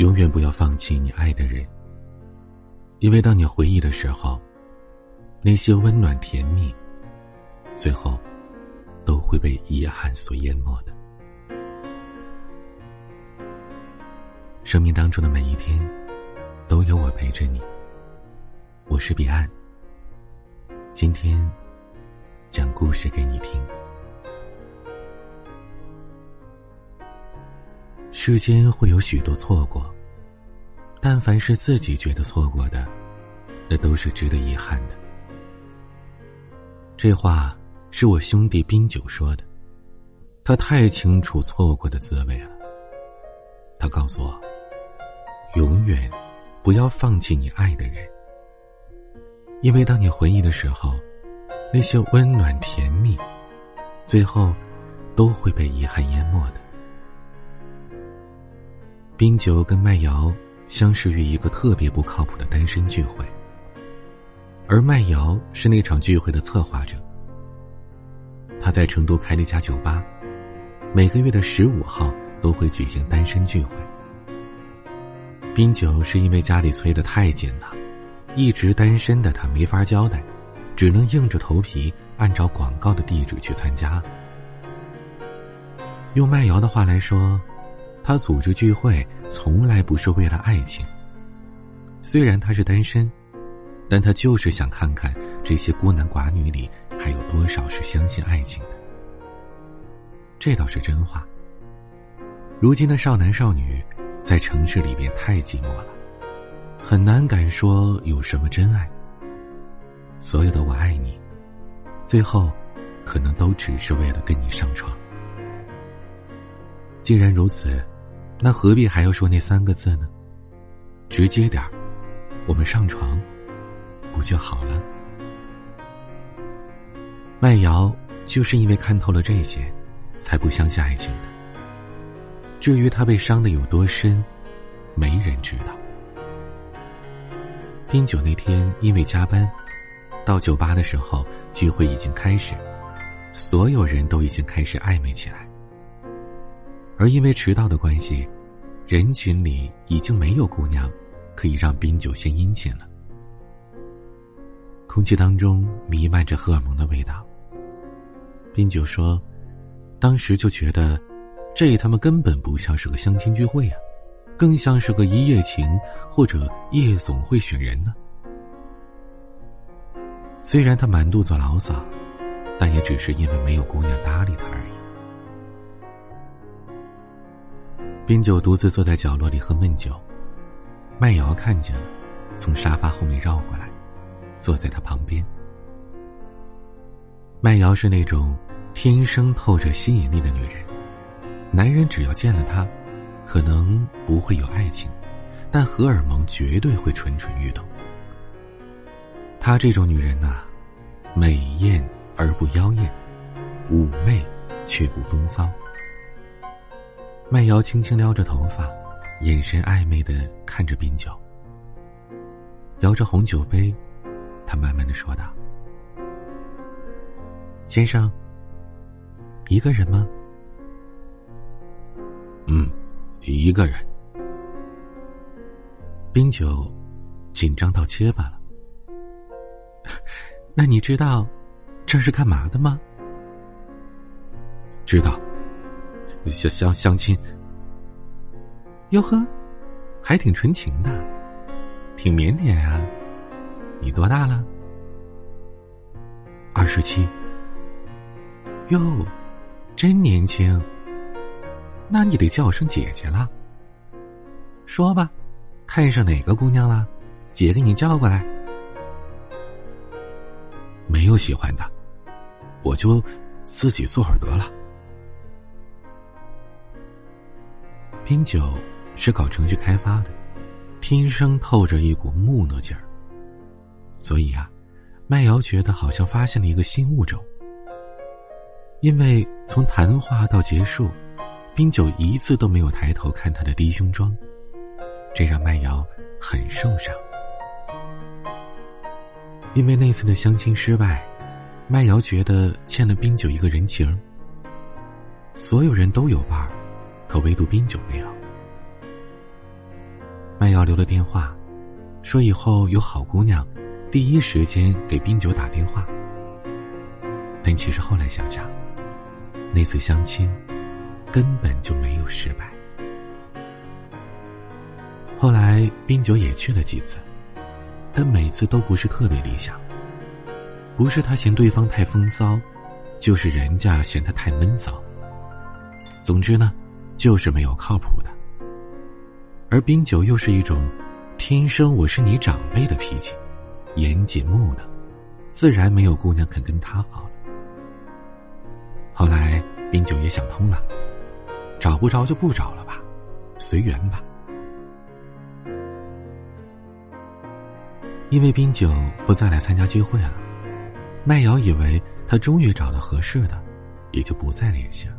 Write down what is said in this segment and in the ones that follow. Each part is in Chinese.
永远不要放弃你爱的人，因为当你回忆的时候，那些温暖甜蜜，最后都会被遗憾所淹没的。生命当中的每一天，都有我陪着你。我是彼岸，今天讲故事给你听。世间会有许多错过，但凡是自己觉得错过的，那都是值得遗憾的。这话是我兄弟宾九说的，他太清楚错过的滋味了。他告诉我，永远不要放弃你爱的人，因为当你回忆的时候，那些温暖甜蜜，最后都会被遗憾淹没的。宾九跟麦瑶相识于一个特别不靠谱的单身聚会，而麦瑶是那场聚会的策划者。他在成都开了一家酒吧，每个月的15号都会举行单身聚会。宾九是因为家里催得太紧了，一直单身的他没法交代，只能硬着头皮按照广告的地址去参加。用麦瑶的话来说，他组织聚会从来不是为了爱情。虽然他是单身，但他就是想看看这些孤男寡女里还有多少是相信爱情的。这倒是真话。如今的少男少女在城市里边太寂寞了，很难敢说有什么真爱。所有的我爱你，最后可能都只是为了跟你上床。既然如此，那何必还要说那3个字呢？直接点儿，我们上床不就好了？麦瑶就是因为看透了这些，才不相信爱情的。至于他被伤得有多深，没人知道。宾九那天因为加班，到酒吧的时候，聚会已经开始，所有人都已经开始暧昧起来。而因为迟到的关系，人群里已经没有姑娘可以让宾九先殷勤了。空气当中弥漫着荷尔蒙的味道。宾九说，当时就觉得这他妈根本不像是个相亲聚会啊，更像是个一夜情或者夜总会选人呢。虽然他满肚子牢骚，但也只是因为没有姑娘搭理他而已。宾九独自坐在角落里喝闷酒，麦瑶看见了，从沙发后面绕过来，坐在他旁边。麦瑶是那种天生透着吸引力的女人，男人只要见了她，可能不会有爱情，但荷尔蒙绝对会蠢蠢欲动。她这种女人啊，美艳而不妖艳，妩媚却不风骚。麦瑶轻轻撩着头发，眼神暧昧地看着宾九，摇着红酒杯，她慢慢地说道：“先生，一个人吗？”“一个人。”宾九紧张到结巴了。“那你知道这是干嘛的吗？”“知道，相亲。”“哟呵，还挺纯情的，挺腼腆啊。你多大了？”“27。”“哟，真年轻。那你得叫我声姐姐了。说吧，看上哪个姑娘了？姐给你叫过来。”“没有喜欢的，我就自己做会儿得了。”宾九是搞程序开发的，天生透着一股木讷劲儿，所以啊，麦瑶觉得好像发现了一个新物种。因为从谈话到结束，宾九一次都没有抬头看他的低胸装，这让麦瑶很受伤。因为那次的相亲失败，麦瑶觉得欠了宾九一个人情。所有人都有伴儿，可唯独宾九没有。 麦瑶留了电话，说以后有好姑娘第一时间给冰酒打电话。但其实后来想想，那次相亲根本就没有失败。后来冰酒也去了几次，但每次都不是特别理想，不是他嫌对方太风骚，就是人家嫌他太闷骚。总之呢，就是没有靠谱的。而冰酒又是一种天生我是你长辈的脾气，严谨木讷，自然没有姑娘肯跟他好了。后来冰酒也想通了，找不着就不找了吧，随缘吧。因为冰酒不再来参加聚会了，麦瑶以为他终于找到合适的，也就不再联系了。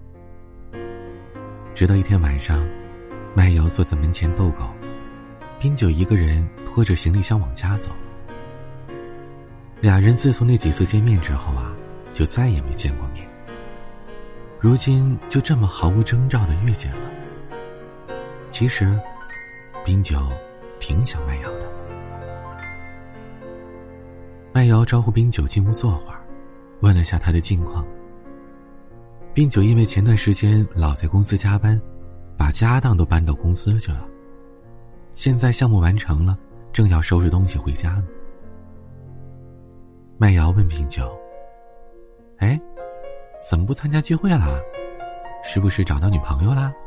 直到一天晚上，麦瑶坐在门前逗狗，冰酒一个人拖着行李箱往家走。俩人自从那几次见面之后啊，就再也没见过面。如今就这么毫无征兆地遇见了。其实冰酒挺想麦瑶的。麦瑶招呼冰酒进屋坐会儿，问了下他的近况。冰酒因为前段时间老在公司加班，把家当都搬到公司去了，现在项目完成了，正要收拾东西回家呢。麦瑶问冰酒：哎，怎么不参加聚会啦？是不是找到女朋友啦？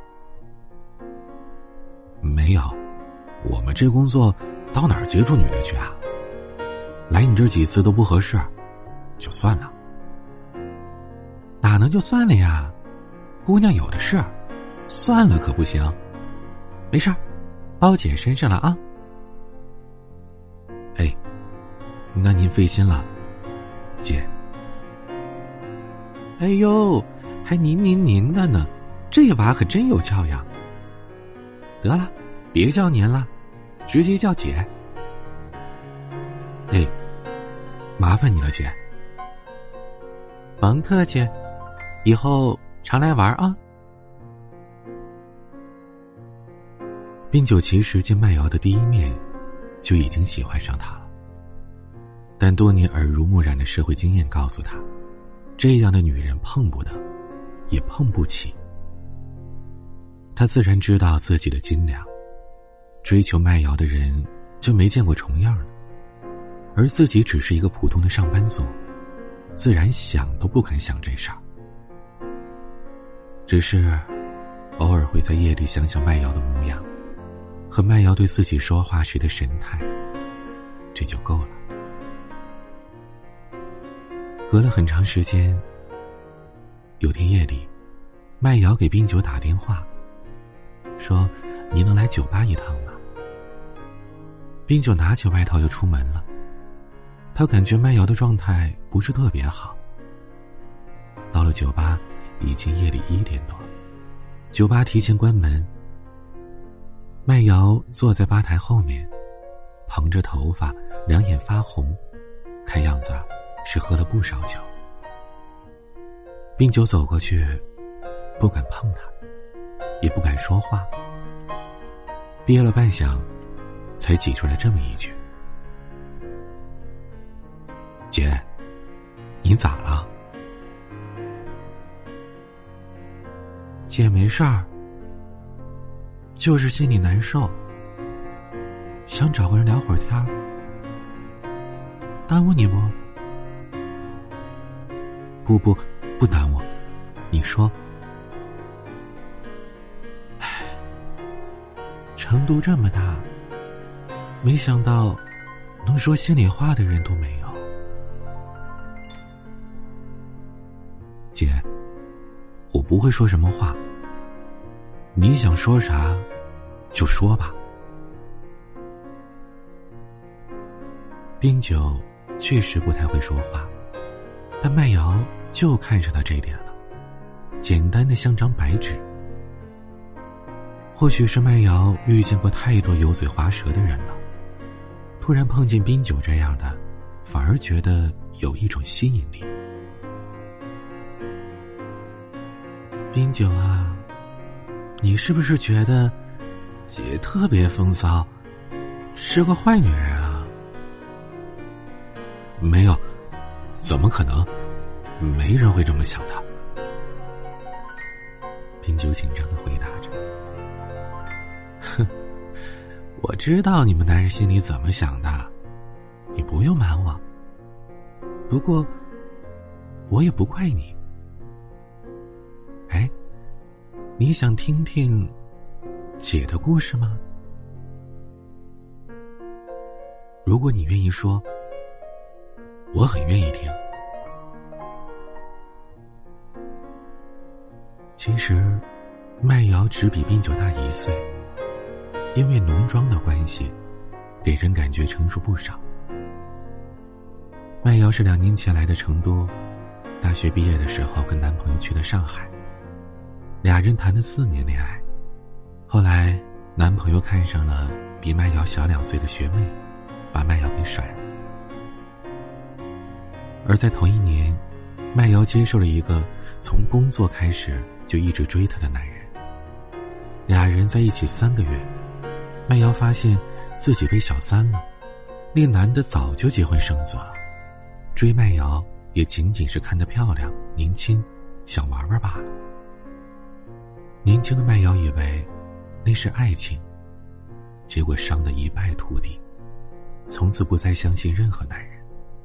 没有，我们这工作到哪儿接触女的去啊？来你这几次都不合适，就算了。哪能就算了呀？姑娘有的是，算了可不行。没事儿，包姐身上了啊。哎，那您费心了，姐。哎呦，还您的呢，这娃可真有教养。得了，别叫您了，直接叫姐。哎，麻烦你了，姐。甭客气，以后常来玩啊。冰酒其实见麦瑶的第一面就已经喜欢上她了，但多年耳濡目染的社会经验告诉他，这样的女人碰不得，也碰不起。他自然知道自己的斤两，追求麦瑶的人就没见过重样的，而自己只是一个普通的上班族，自然想都不敢想这事儿。只是偶尔会在夜里想想麦瑶的模样，和麦瑶对自己说话时的神态，这就够了。隔了很长时间，有天夜里，麦瑶给冰酒打电话，说：“你能来酒吧一趟吗？”冰酒拿起外套就出门了。他感觉麦瑶的状态不是特别好。到了酒吧，已经夜里1点多，酒吧提前关门。麦瑶坐在吧台后面，蓬着头发，两眼发红，看样子是喝了不少酒。冰酒走过去，不敢碰他，也不敢说话，憋了半晌，才挤出来这么一句：“姐，你咋了？”姐没事儿，就是心里难受，想找个人聊会儿天。耽误你不？不耽误，你说。唉，成都这么大，没想到能说心里话的人都没有。姐，我不会说什么话，你想说啥就说吧。冰酒确实不太会说话，但麦瑶就看上他这点了，简单的像张白纸。或许是麦瑶遇见过太多油嘴滑舌的人了，突然碰见冰酒这样的，反而觉得有一种吸引力。冰酒啊，你是不是觉得姐特别风骚，是个坏女人啊。没有，怎么可能？没人会这么想的。冰酒紧张地回答着。哼，我知道你们男人心里怎么想的，你不用瞒我。不过，我也不怪你。哎，你想听听姐的故事吗？如果你愿意说，我很愿意听。其实，麦瑶只比冰酒大1岁，因为浓妆的关系，给人感觉成熟不少。麦瑶是2年前来的成都，大学毕业的时候跟男朋友去了上海，俩人谈了4年恋爱。后来男朋友看上了比麦瑶小2岁的学妹，把麦瑶给甩了。而在同一年，麦瑶接受了一个从工作开始就一直追她的男人。俩人在一起3个月，麦瑶发现自己被小三了，那男的早就结婚生子了，追麦瑶也仅仅是看得漂亮年轻，想玩玩罢了。年轻的麦瑶以为那是爱情，结果伤得一败涂地，从此不再相信任何男人。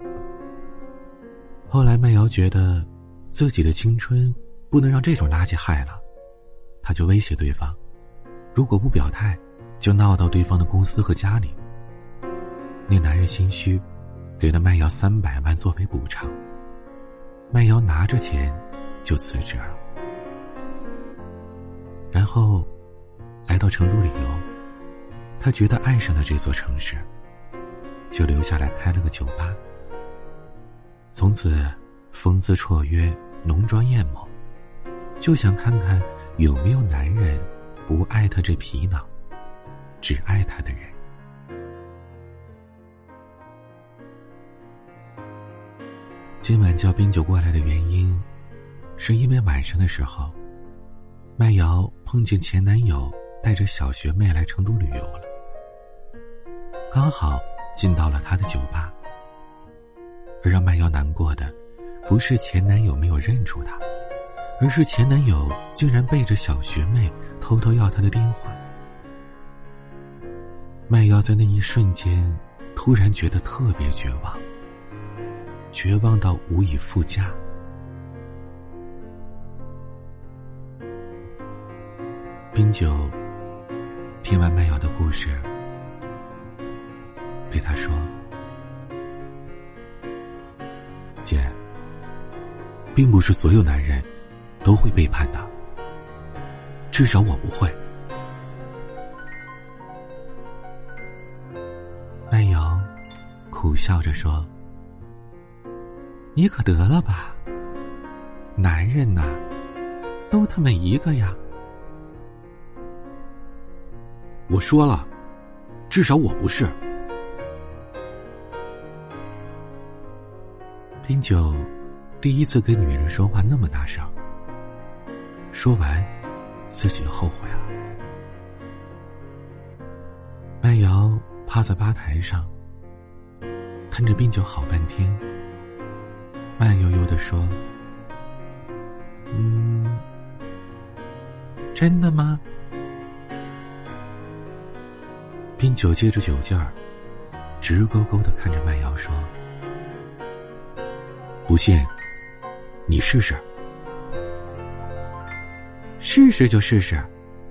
后来麦瑶觉得自己的青春不能让这种垃圾害了，她就威胁对方，如果不表态，就闹到对方的公司和家里。那男人心虚，给了麦瑶300万作为补偿。麦瑶拿着钱就辞职了，然后来到成都旅游。她觉得爱上了这座城市，就留下来开了个酒吧。从此风姿绰约，浓妆艳抹，就想看看有没有男人不爱她这皮囊，只爱她的人。今晚叫冰酒过来的原因，是因为晚上的时候，麦瑶碰见前男友带着小学妹来成都旅游了，刚好进到了她的酒吧。而让麦瑶难过的，不是前男友没有认出她，而是前男友竟然背着小学妹偷偷要她的电话。麦瑶在那一瞬间突然觉得特别绝望，绝望到无以复加。冰酒听完麦瑶的故事，对她说：姐，并不是所有男人都会背叛的，至少我不会。麦瑶苦笑着说：你可得了吧，男人呐，都他们一个呀。我说了，至少我不是。冰酒第一次跟女人说话那么大声，说完自己后悔了。麦瑶趴在吧台上，看着冰酒好半天，慢悠悠地说：真的吗？冰酒接着酒劲儿，直勾勾地看着麦瑶说：不信，你试试。试试就试试。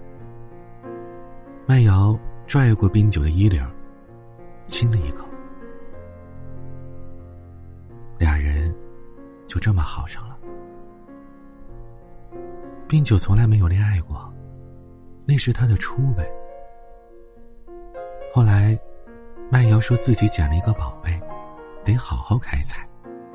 麦瑶拽过冰酒的衣领，亲了一口，俩人就这么好上了。冰酒从来没有恋爱过，那是他的初吻。后来麦瑶说自己捡了一个宝贝，得好好开采。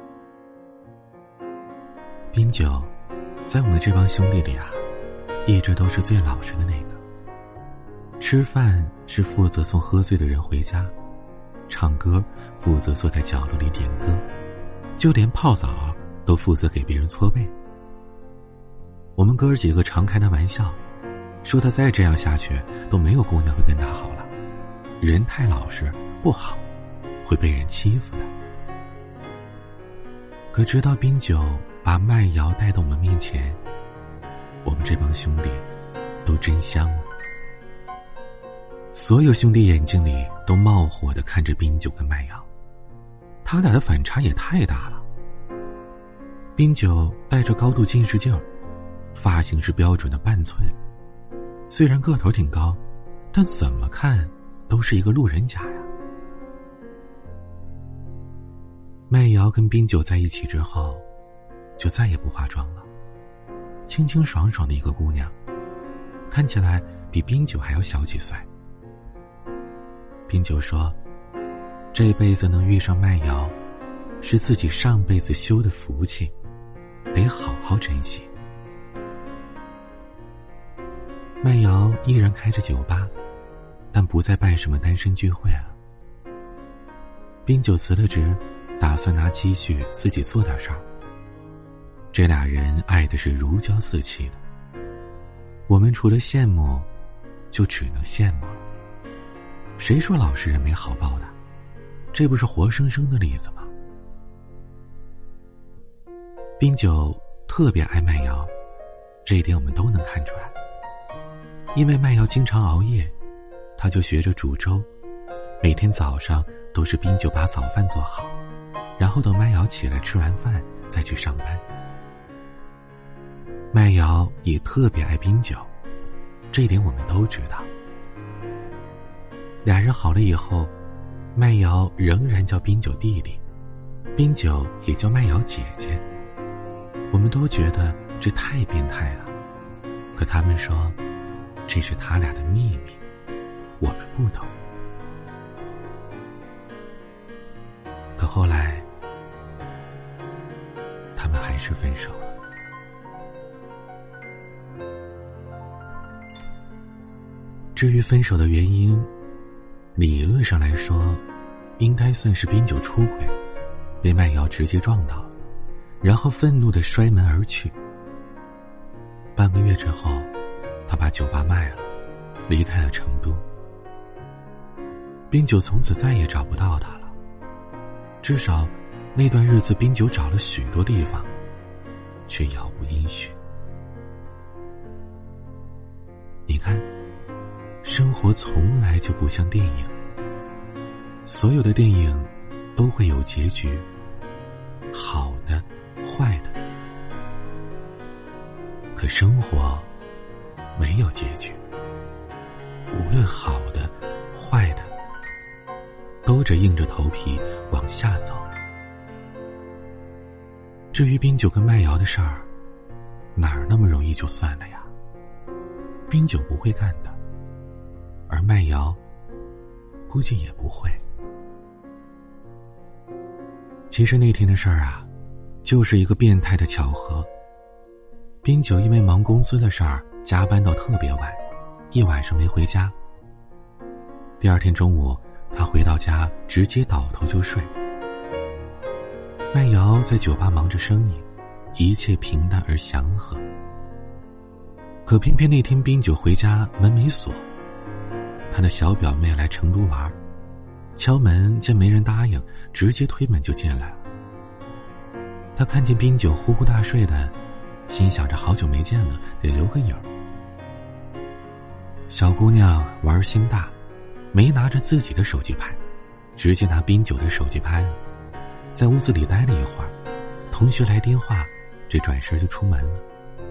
冰酒在我们这帮兄弟里啊，一直都是最老实的那个。吃饭是负责送喝醉的人回家，唱歌负责坐在角落里点歌，就连泡澡都负责给别人搓背。我们哥儿几个常开的玩笑， 说他再这样下去都没有姑娘会跟他好了，人太老实不好，会被人欺负的。可直到冰酒把麦瑶带到我们面前，我们这帮兄弟都真香了。所有兄弟眼睛里都冒火地看着冰酒跟麦瑶，他俩的反差也太大了。冰酒戴着高度近视镜，发型是标准的半寸，虽然个头挺高，但怎么看都是一个路人甲呀。麦瑶跟冰酒在一起之后，就再也不化妆了，清清爽爽的一个姑娘，看起来比冰酒还要小几岁。冰酒说，这辈子能遇上麦瑶，是自己上辈子修的福气，得好好珍惜。麦瑶依然开着酒吧，但不再办什么单身聚会了。冰酒辞了职，打算拿积蓄自己做点事儿。这俩人爱的是如胶似漆的，我们除了羡慕，就只能羡慕了。谁说老实人没好报的？这不是活生生的例子吗？冰酒特别爱麦瑶，这一点我们都能看出来。因为麦瑶经常熬夜，他就学着煮粥，每天早上都是冰酒把早饭做好，然后等麦瑶起来吃完饭再去上班。麦瑶也特别爱冰酒，这一点我们都知道。俩人好了以后，麦瑶仍然叫冰酒弟弟，冰酒也叫麦瑶姐姐。我们都觉得这太变态了，可他们说这是他俩的秘密，我们不懂。可后来他们还是分手了。至于分手的原因，理论上来说应该算是冰酒出轨，被麦瑶直接撞到了，然后愤怒地摔门而去。半个月之后，他把酒吧卖了，离开了成都。冰酒从此再也找不到他了，至少那段日子冰酒找了许多地方，却杳无音讯。你看，生活从来就不像电影，所有的电影都会有结局，好的坏的，可生活没有结局，无论好的坏的，都得硬着头皮往下走。至于冰酒跟麦瑶的事儿，哪儿那么容易就算了呀？冰酒不会干的，而麦瑶估计也不会。其实那天的事儿啊，就是一个变态的巧合。冰酒因为忙公司的事儿，加班到特别晚，一晚上没回家。第二天中午，他回到家直接倒头就睡。麦瑶在酒吧忙着生意，一切平淡而祥和。可偏偏那天冰酒回家门没锁，他的小表妹来成都玩，敲门见没人答应，直接推门就进来了。他看见冰酒呼呼大睡的，心想着好久没见了，得留个影儿。小姑娘玩心大，没拿着自己的手机拍，直接拿冰酒的手机拍了。在屋子里待了一会儿，同学来电话，这转身就出门了。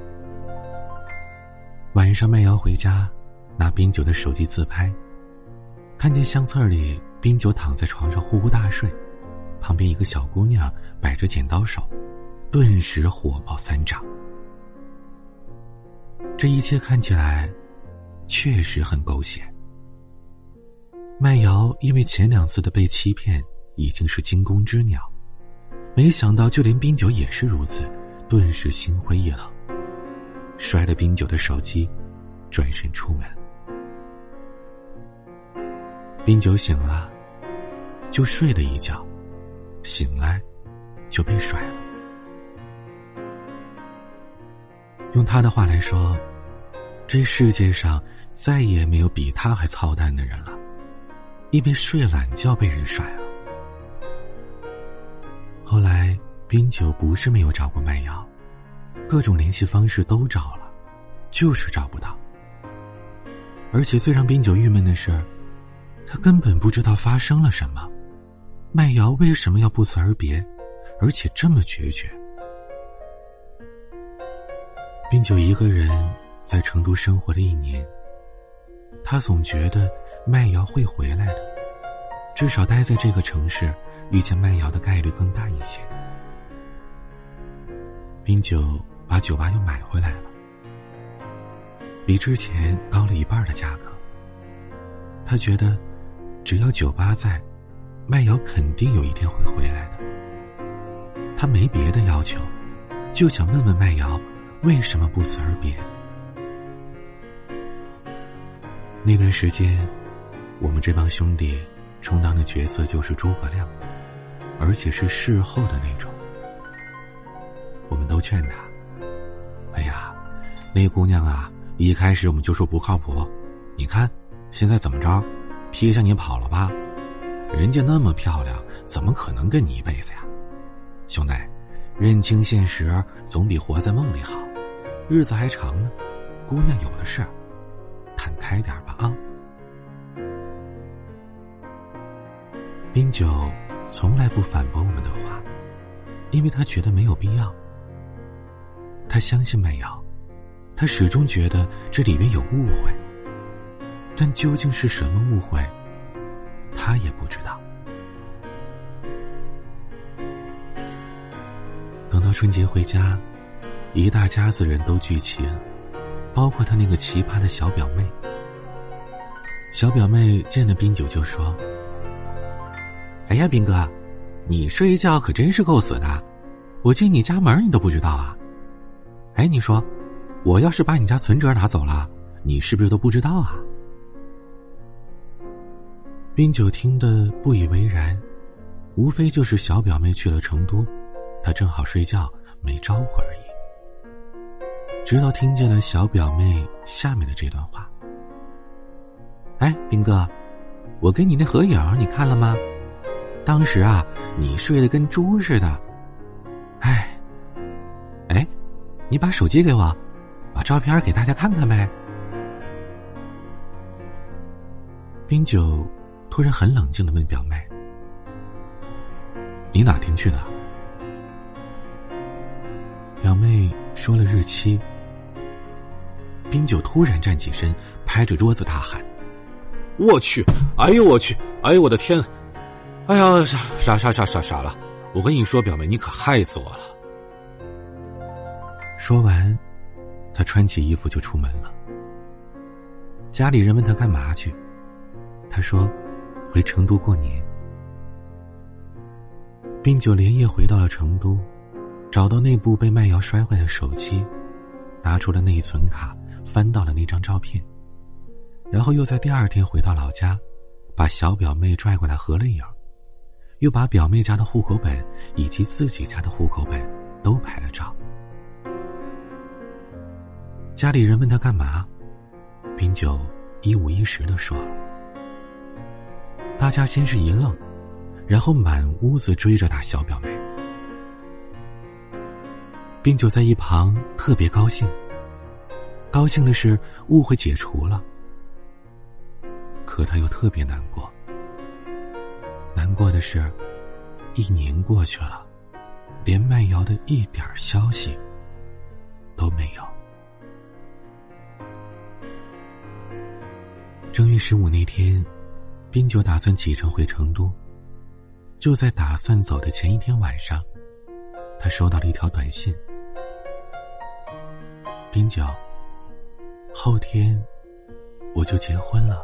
晚上麦瑶回家，拿冰酒的手机自拍，看见相册里冰酒躺在床上呼呼大睡，旁边一个小姑娘摆着剪刀手，顿时火冒三丈。这一切看起来确实很狗血。麦瑶因为前2次的被欺骗已经是惊弓之鸟，没想到就连冰酒也是如此，顿时心灰意冷，摔了冰酒的手机，转身出门。冰酒醒了，就睡了一觉，醒来就被甩了。用他的话来说， 这世界上再也没有比他还操蛋的人了，因为睡懒觉被人甩了。后来冰酒不是没有找过麦瑶，各种联系方式都找了，就是找不到。而且最让冰酒郁闷的是，他根本不知道发生了什么，麦瑶为什么要不辞而别，而且这么决绝。冰酒一个人在成都生活了1年，他总觉得麦瑶会回来的，至少待在这个城市，遇见麦瑶的概率更大一些。冰酒把酒吧又买回来了，比之前高了1半的价格。他觉得只要酒吧在，麦瑶肯定有一天会回来的。他没别的要求，就想问问麦瑶为什么不辞而别。那段时间，我们这帮兄弟充当的角色就是诸葛亮，而且是事后的那种。我们都劝他，哎呀，那姑娘啊，一开始我们就说不靠谱，你看现在怎么着，撇下你跑了吧，人家那么漂亮，怎么可能跟你一辈子呀？兄弟，认清现实总比活在梦里好，日子还长呢，姑娘有的是，看开点吧啊。冰酒从来不反驳我们的话，因为他觉得没有必要。他相信麦瑶，他始终觉得这里面有误会，但究竟是什么误会，他也不知道。等到春节回家，一大家子人都聚齐了，包括他那个奇葩的小表妹。小表妹见了冰酒就说，哎呀，冰哥，你睡一觉可真是够死的，我进你家门你都不知道啊。哎，你说我要是把你家存折拿走了，你是不是都不知道啊？冰酒听得不以为然，无非就是小表妹去了成都，他正好睡觉没招呼而已。直到听见了小表妹下面的这段话，哎，冰哥，我给你那合影你看了吗？当时啊，你睡得跟猪似的。哎，你把手机给我，把照片给大家看看呗。冰酒突然很冷静地问表妹，你哪天去的？表妹说了日期。冰酒突然站起身，拍着桌子大喊，我去，哎呦我去，哎呦我的天，哎呀，傻了，我跟你说表妹，你可害死我了。说完，他穿起衣服就出门了。家里人问他干嘛去，他说回成都过年。冰酒连夜回到了成都，找到那部被麦瑶摔坏的手机，拿出了内存卡，翻到了那张照片，然后又在第2天回到老家，把小表妹拽过来合了影，又把表妹家的户口本以及自己家的户口本都拍了照。家里人问他干嘛，冰酒一五一十地说。大家先是一愣，然后满屋子追着打小表妹。冰酒在一旁特别高兴，高兴的是误会解除了，可他又特别难过。难过的是1年过去了，连麦瑶的一点消息都没有。正月15那天，冰酒打算启程回成都。就在打算走的前一天晚上，他收到了一条短信，冰酒，后天我就结婚了。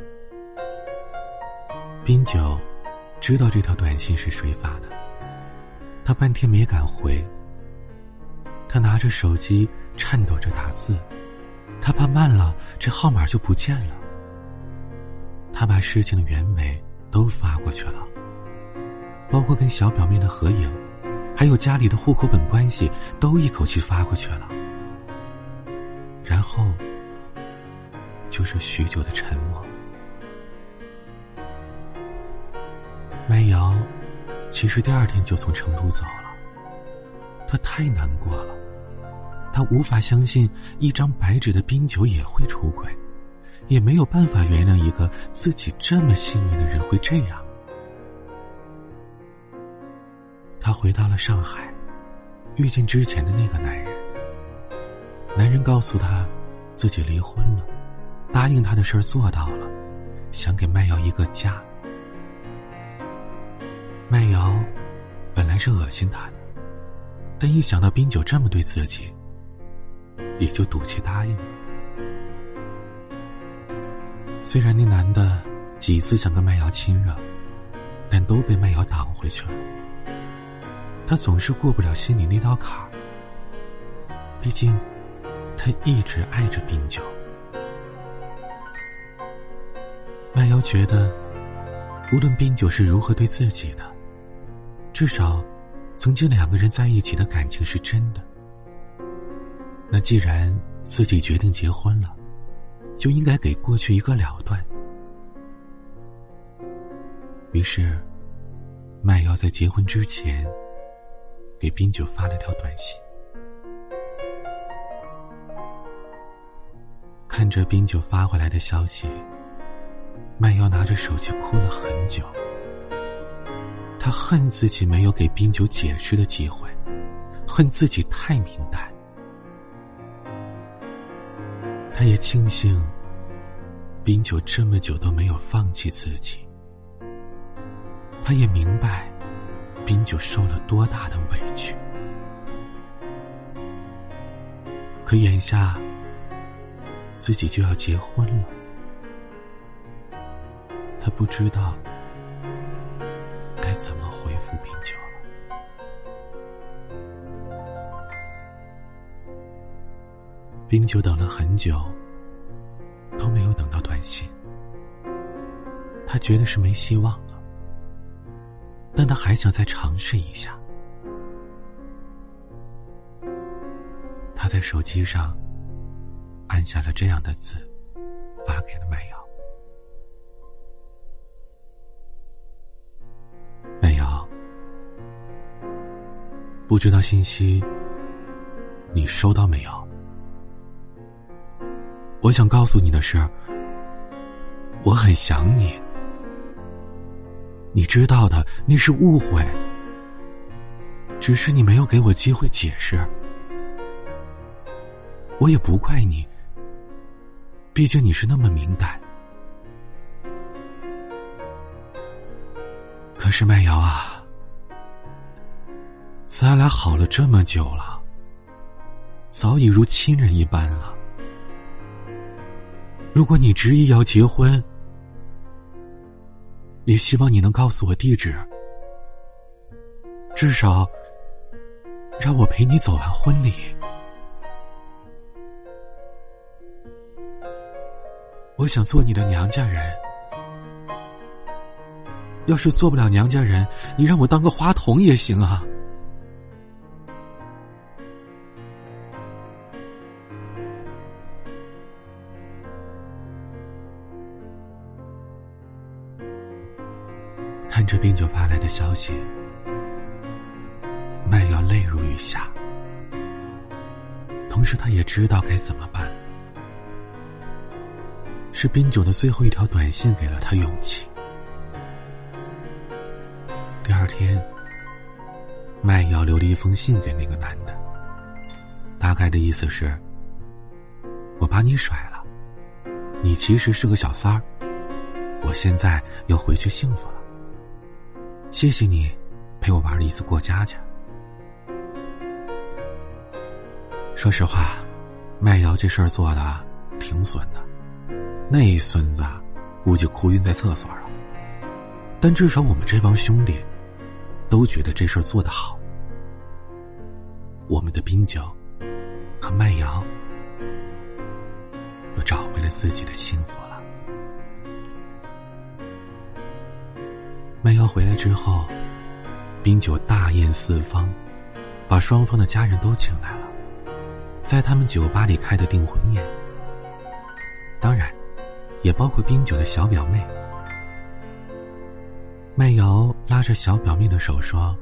冰酒知道这条短信是谁发的，他半天没敢回。他拿着手机颤抖着打字，他怕慢了这号码就不见了。他把事情的原委都发过去了，包括跟小表妹的合影，还有家里的户口本关系，都一口气发过去了。然后就是许久的沉默。麦瑶其实第二天就从成都走了，她太难过了，她无法相信一张白纸的冰酒也会出轨，也没有办法原谅一个自己这么幸运的人会这样。她回到了上海，遇见之前的那个男人。男人告诉她自己离婚了，答应她的事儿做到了，想给麦瑶一个家。麦瑶本来是恶心他的，但一想到冰酒这么对自己，也就赌气答应了。虽然那男的几次想跟麦瑶亲热，但都被麦瑶挡回去了。他总是过不了心里那道坎儿，毕竟他一直爱着冰酒。麦瑶觉得无论冰酒是如何对自己的，至少曾经两个人在一起的感情是真的。那既然自己决定结婚了，就应该给过去一个了断。于是麦瑶在结婚之前给冰酒发了条短信。看着冰酒发回来的消息，麦瑶拿着手机哭了很久。她恨自己没有给冰酒解释的机会，恨自己太敏感。她也庆幸冰酒这么久都没有放弃自己。她也明白冰酒受了多大的委屈。可眼下自己就要结婚了，她不知道该怎么回复冰酒了。冰酒等了很久都没有等到短信，他觉得是没希望了，但他还想再尝试一下。他在手机上按下了这样的字，发给了麦瑶。麦瑶，不知道信息你收到没有？我想告诉你的是，我很想你。你知道的，那是误会，只是你没有给我机会解释。我也不怪你，毕竟你是那么敏感。可是麦瑶啊，咱俩好了这么久了，早已如亲人一般了。如果你执意要结婚，也希望你能告诉我地址，至少让我陪你走完婚礼。我想做你的娘家人，要是做不了娘家人，你让我当个花童也行啊。看着冰酒发来的消息，麦瑶泪如雨下，同时他也知道该怎么办。是冰酒的最后一条短信给了他勇气。第二天，麦瑶留了一封信给那个男的，大概的意思是，我把你甩了，你其实是个小三儿，我现在要回去幸福了，谢谢你陪我玩了一次过家家。说实话，麦瑶这事儿做的挺损的，那孙子估计哭晕在厕所了，但至少我们这帮兄弟都觉得这事儿做得好。我们的冰酒和麦瑶又找回了自己的幸福了。麦瑶回来之后，冰酒大宴四方，把双方的家人都请来了，在他们酒吧里开的订婚宴。当然也包括冰酒的小表妹。麦瑶拉着小表妹的手说：“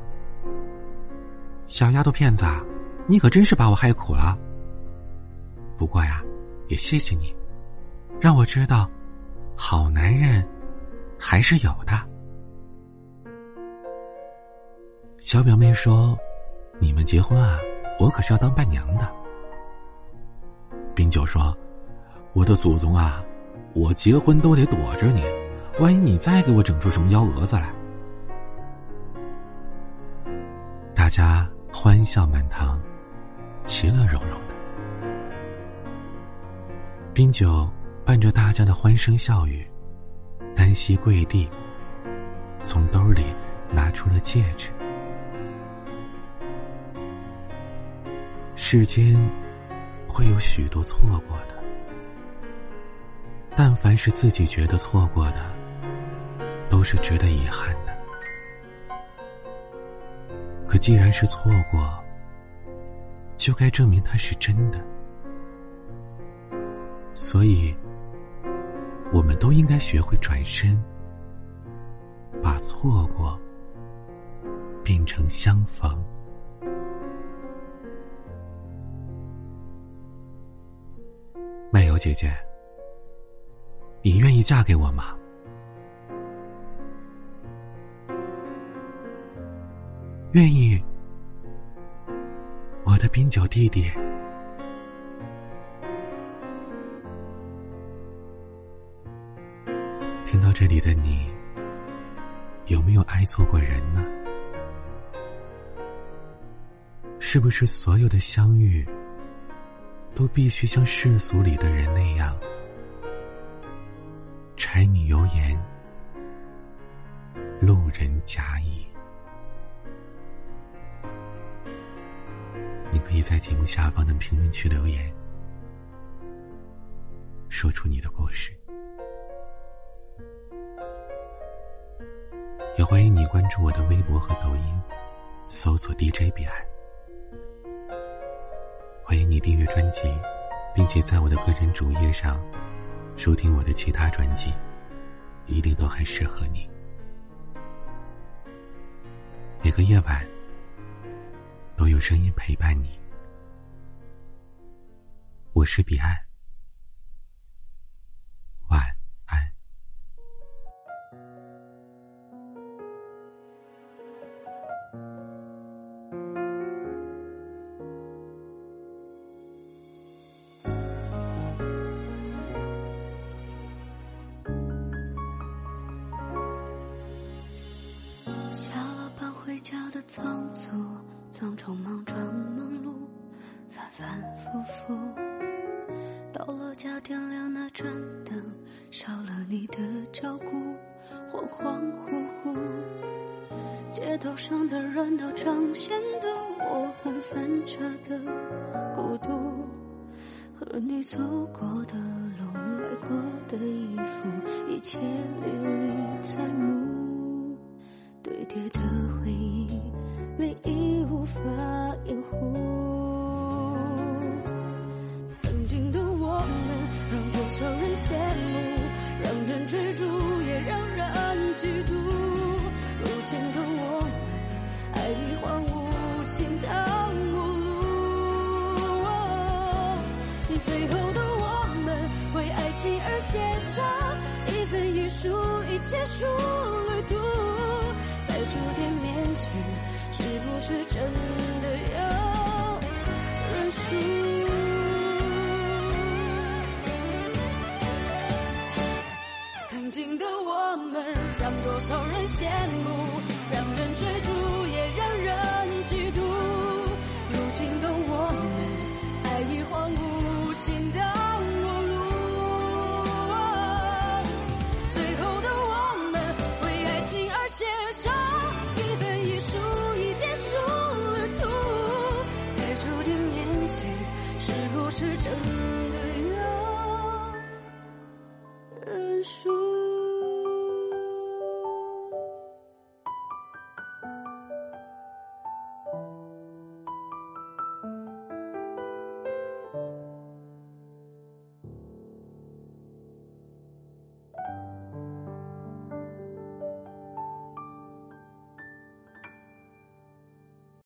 小丫头片子啊，你可真是把我害苦了。不过呀，也谢谢你，让我知道，好男人还是有的。”小表妹说：“你们结婚啊，我可是要当伴娘的。”冰酒说：“我的祖宗啊，我结婚都得躲着你，万一你再给我整出什么幺蛾子来。”大家欢笑满堂，其乐融融的。冰酒伴着大家的欢声笑语，单膝跪地，从兜里拿出了戒指。世间会有许多错过的，但凡是自己觉得错过的，都是值得遗憾的。可既然是错过，就该证明它是真的。所以，我们都应该学会转身，把错过变成相逢。麦瑶姐姐，你愿意嫁给我吗？愿意，我的冰酒弟弟。听到这里的你，有没有爱错过人呢？是不是所有的相遇都必须像世俗里的人那样，柴米油盐，路人甲乙？你可以在节目下方的评论区留言，说出你的故事。也欢迎你关注我的微博和抖音，搜索 DJ 彼岸。欢迎你订阅专辑，并且在我的个人主页上收听我的其他专辑，一定都很适合你。每个夜晚都有声音陪伴你。我是彼岸，晚安。 下了班回家的仓促，匆匆忙忙忙碌，反反复复。到了家点亮那盏灯，少了你的照顾，恍恍惚惚。街头上的人都彰显得我很反差的孤独，和你走过的路，买过的衣服，一切历历在目。堆叠的回忆里已无法掩护，曾经的我们让多少人羡慕，让人追逐也让人嫉妒。如今的我们爱已荒芜，倾倒无路，最后的我们为爱情而写上一本遗书，已结束旅途。在注定面前，是不是真的要认输？曾经的我们让多少人羡慕，让人追逐也让人嫉妒。如今的我们爱已荒芜，倾倒无路，最后的我们为爱情而写上一本遗书，已结束旅途。在注定面前，是不是真的